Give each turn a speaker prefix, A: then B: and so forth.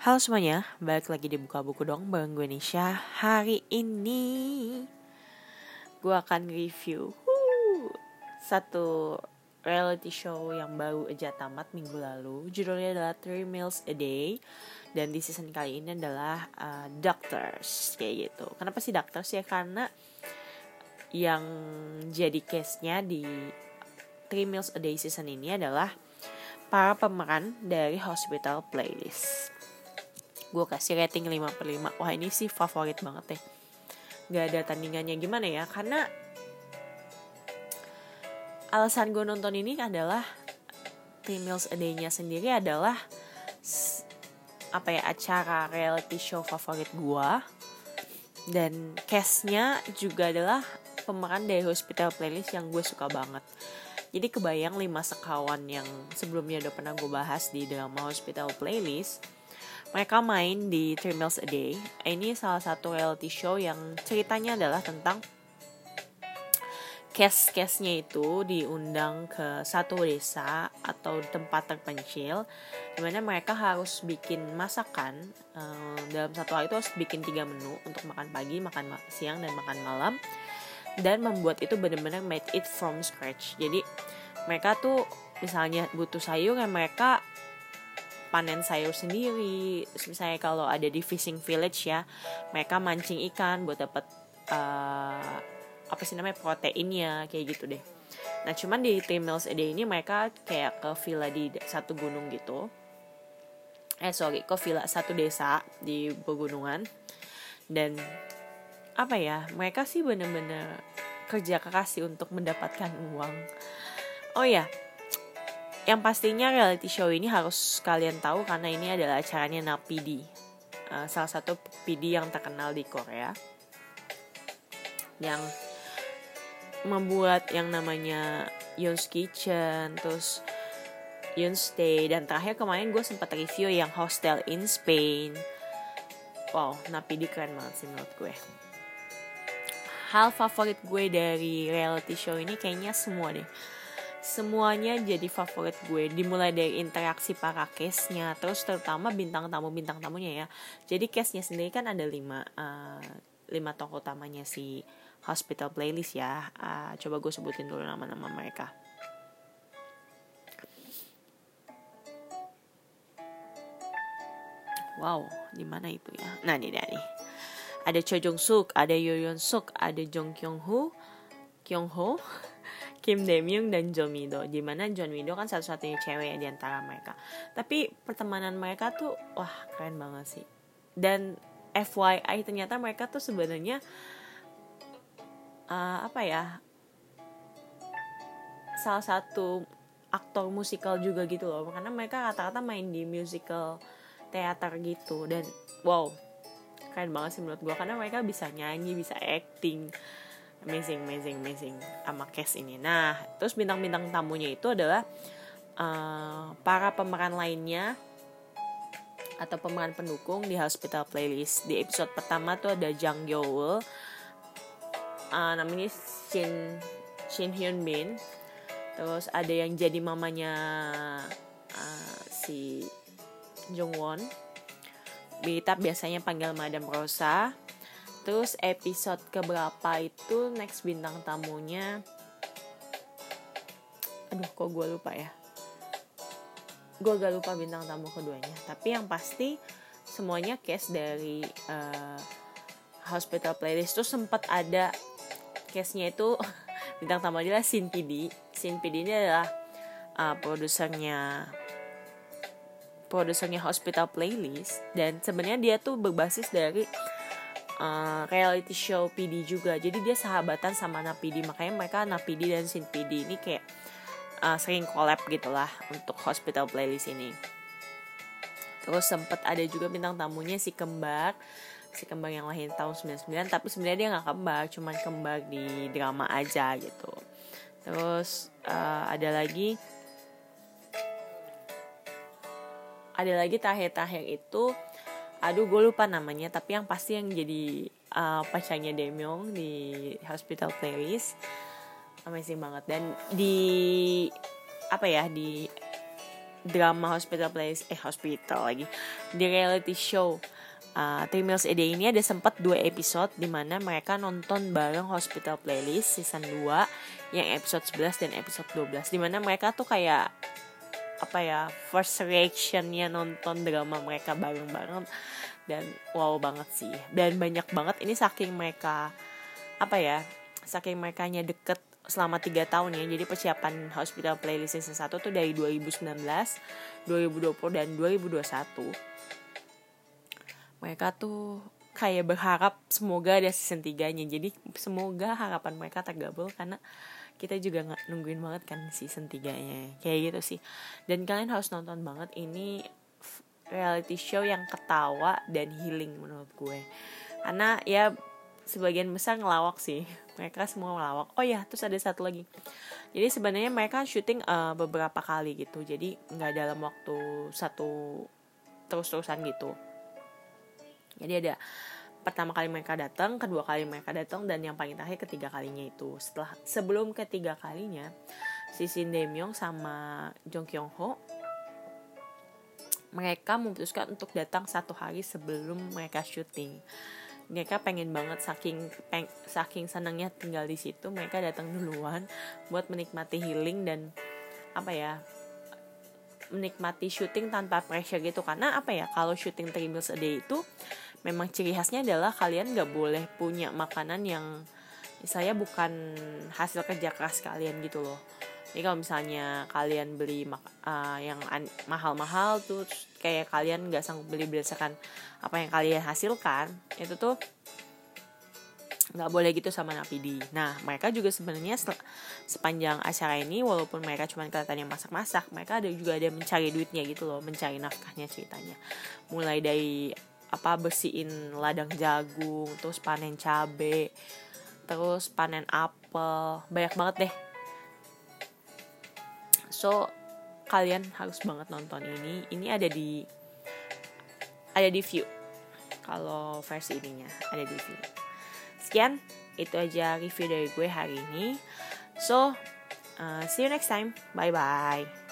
A: Halo semuanya, balik lagi di Buka Buku dong bareng gue Nisha. Hari ini gue akan review satu reality show yang baru aja tamat minggu lalu. Judulnya adalah 3 Meals a Day. Dan di season kali ini adalah Doctors, kayak gitu. Kenapa sih Doctors ya? Karena yang jadi case-nya di 3 Meals a Day season ini adalah para pemeran dari Hospital Playlist. Gue kasih rating 5/5. Wah, ini sih favorit banget deh. Gak ada tandingannya. Gimana ya, karena alasan gue nonton ini adalah 3 Meals a Day-nya sendiri adalah acara reality show favorit gue. Dan cast-nya juga adalah pemeran dari Hospital Playlist yang gue suka banget. Jadi kebayang 5 sekawan yang sebelumnya udah pernah gue bahas di drama Hospital Playlist, mereka main di 3 Meals a Day. Ini salah satu reality show yang ceritanya adalah tentang cast-castnya itu diundang ke satu desa atau tempat terpencil, dimana mereka harus bikin masakan. Dalam satu hari itu harus bikin 3 menu untuk makan pagi, makan siang, dan makan malam. Dan membuat itu benar-benar made it from scratch. Jadi mereka tuh misalnya butuh sayur, yang mereka panen sayur sendiri. Misalnya kalau ada di fishing village ya, mereka mancing ikan buat dapat proteinnya, kayak gitu deh. Nah, cuman di 3 Meals a Day ini mereka kayak ke villa di satu gunung gitu. Ke villa satu desa di pegunungan. Dan mereka sih bener-bener kerja keras sih untuk mendapatkan uang. Oh ya, yang pastinya reality show ini harus kalian tahu karena ini adalah acaranya NAPD, salah satu PD yang terkenal di Korea, yang membuat yang namanya Yoon's Kitchen, terus Yoon's Stay, dan terakhir kemarin gue sempat review yang Hostel in Spain. Wow, NAPD keren banget sih menurut gue. Hal favorit gue dari reality show ini kayaknya semuanya jadi favorit gue, dimulai dari interaksi para case-nya, terus terutama bintang tamunya ya. Jadi case-nya sendiri kan ada 5 tokoh utamanya si Hospital Playlist ya. Coba gue sebutin dulu nama-nama mereka. Wow, di mana itu ya? Nah, ini dia nih. Ada Cho Jong Suk, ada Yoo Yeon Suk, ada Jong Kyung Ho, Kim Dae Myung, dan Jo Mi Do. Dimana Jo Mi Do kan satu-satunya cewek di antara mereka. Tapi pertemanan mereka tuh wah keren banget sih. Dan FYI ternyata mereka tuh sebenarnya salah satu aktor musikal juga gitu loh. Karena mereka rata-rata main di musical teater gitu. Dan wow, keren banget sih menurut gue, karena mereka bisa nyanyi, bisa acting. Amazing sama cast ini. Nah, terus bintang-bintang tamunya itu adalah para pemeran lainnya atau pemeran pendukung di Hospital Playlist. Di episode pertama tuh ada Jang Gyo-eul, namanya Shin Hyun Bin. Terus ada yang jadi mamanya si Jung Won. Kita biasanya panggil Madam Rosa. Terus episode keberapa itu next bintang tamunya, kok gue lupa ya. Gue agak lupa bintang tamu keduanya. Tapi yang pasti semuanya case dari Hospital Playlist. Terus sempat ada case-nya itu bintang tamu adalah Shin PD. Shin PD ini adalah produsernya Hospital Playlist. Dan sebenarnya dia tuh berbasis dari reality show PD juga. Jadi dia sahabatan sama NAPD. Makanya mereka NAPD dan Shin PD ini kayak sering collab gitulah untuk Hospital Playlist ini. Terus sempat ada juga bintang tamunya si kembar yang lahir tahun 99. Tapi sebenarnya dia gak kembar, cuman kembar di drama aja gitu. Terus ada lagi terakhir itu, gue lupa namanya, tapi yang pasti yang jadi pacarnya Daemyung di Hospital Playlist. Amazing banget. Dan di drama hospital lagi, di reality show 3 Meals a Day ini ada sempat 2 episode di mana mereka nonton bareng Hospital Playlist season 2 yang episode 11 dan episode 12, di mana mereka tuh kayak first reactionnya nonton drama mereka bareng-bareng, dan wow banget sih. Dan banyak banget ini saking merekanya deket selama 3 tahun ya. Jadi persiapan Hospital Playlist season 1 tuh dari 2019, 2020 dan 2021. Mereka tuh kayak berharap semoga ada season 3-nya. Jadi semoga harapan mereka tergabul, karena kita juga nungguin banget kan season 3-nya. Kayak gitu sih. Dan kalian harus nonton banget, ini reality show yang ketawa dan healing menurut gue. Karena ya sebagian besar ngelawak sih. Mereka semua ngelawak. Oh ya, terus ada satu lagi. Jadi sebenarnya mereka syuting beberapa kali gitu. Jadi gak dalam waktu satu terus-terusan gitu. Jadi ada pertama kali mereka datang, kedua kali mereka datang, dan yang paling terakhir ketiga kalinya itu. Sebelum ketiga kalinya, si Shin Dae-myung sama Jong Kyung-ho mereka memutuskan untuk datang 1 hari sebelum mereka syuting. Mereka pengen banget, saking senangnya tinggal di situ, mereka datang duluan buat menikmati healing dan menikmati syuting tanpa pressure gitu. Karena kalau syuting 3 Meals a Day itu memang ciri khasnya adalah kalian gak boleh punya makanan yang misalnya bukan hasil kerja keras kalian gitu loh. Jadi kalau misalnya kalian beli yang mahal-mahal tuh, kayak kalian gak sanggup beli berdasarkan apa yang kalian hasilkan, itu tuh gak boleh gitu sama Napidi. Nah, mereka juga sebenarnya sepanjang acara ini, walaupun mereka cuma kelihatannya masak-masak, mereka juga ada mencari duitnya gitu loh, mencari nafkahnya ceritanya. Mulai dari bersihin ladang jagung, terus panen cabe, terus panen apel, banyak banget deh. So kalian harus banget nonton ini. Ini ada di View. Kalau versi ininya ada di View. Sekian, itu aja review dari gue hari ini. So see you next time. Bye bye.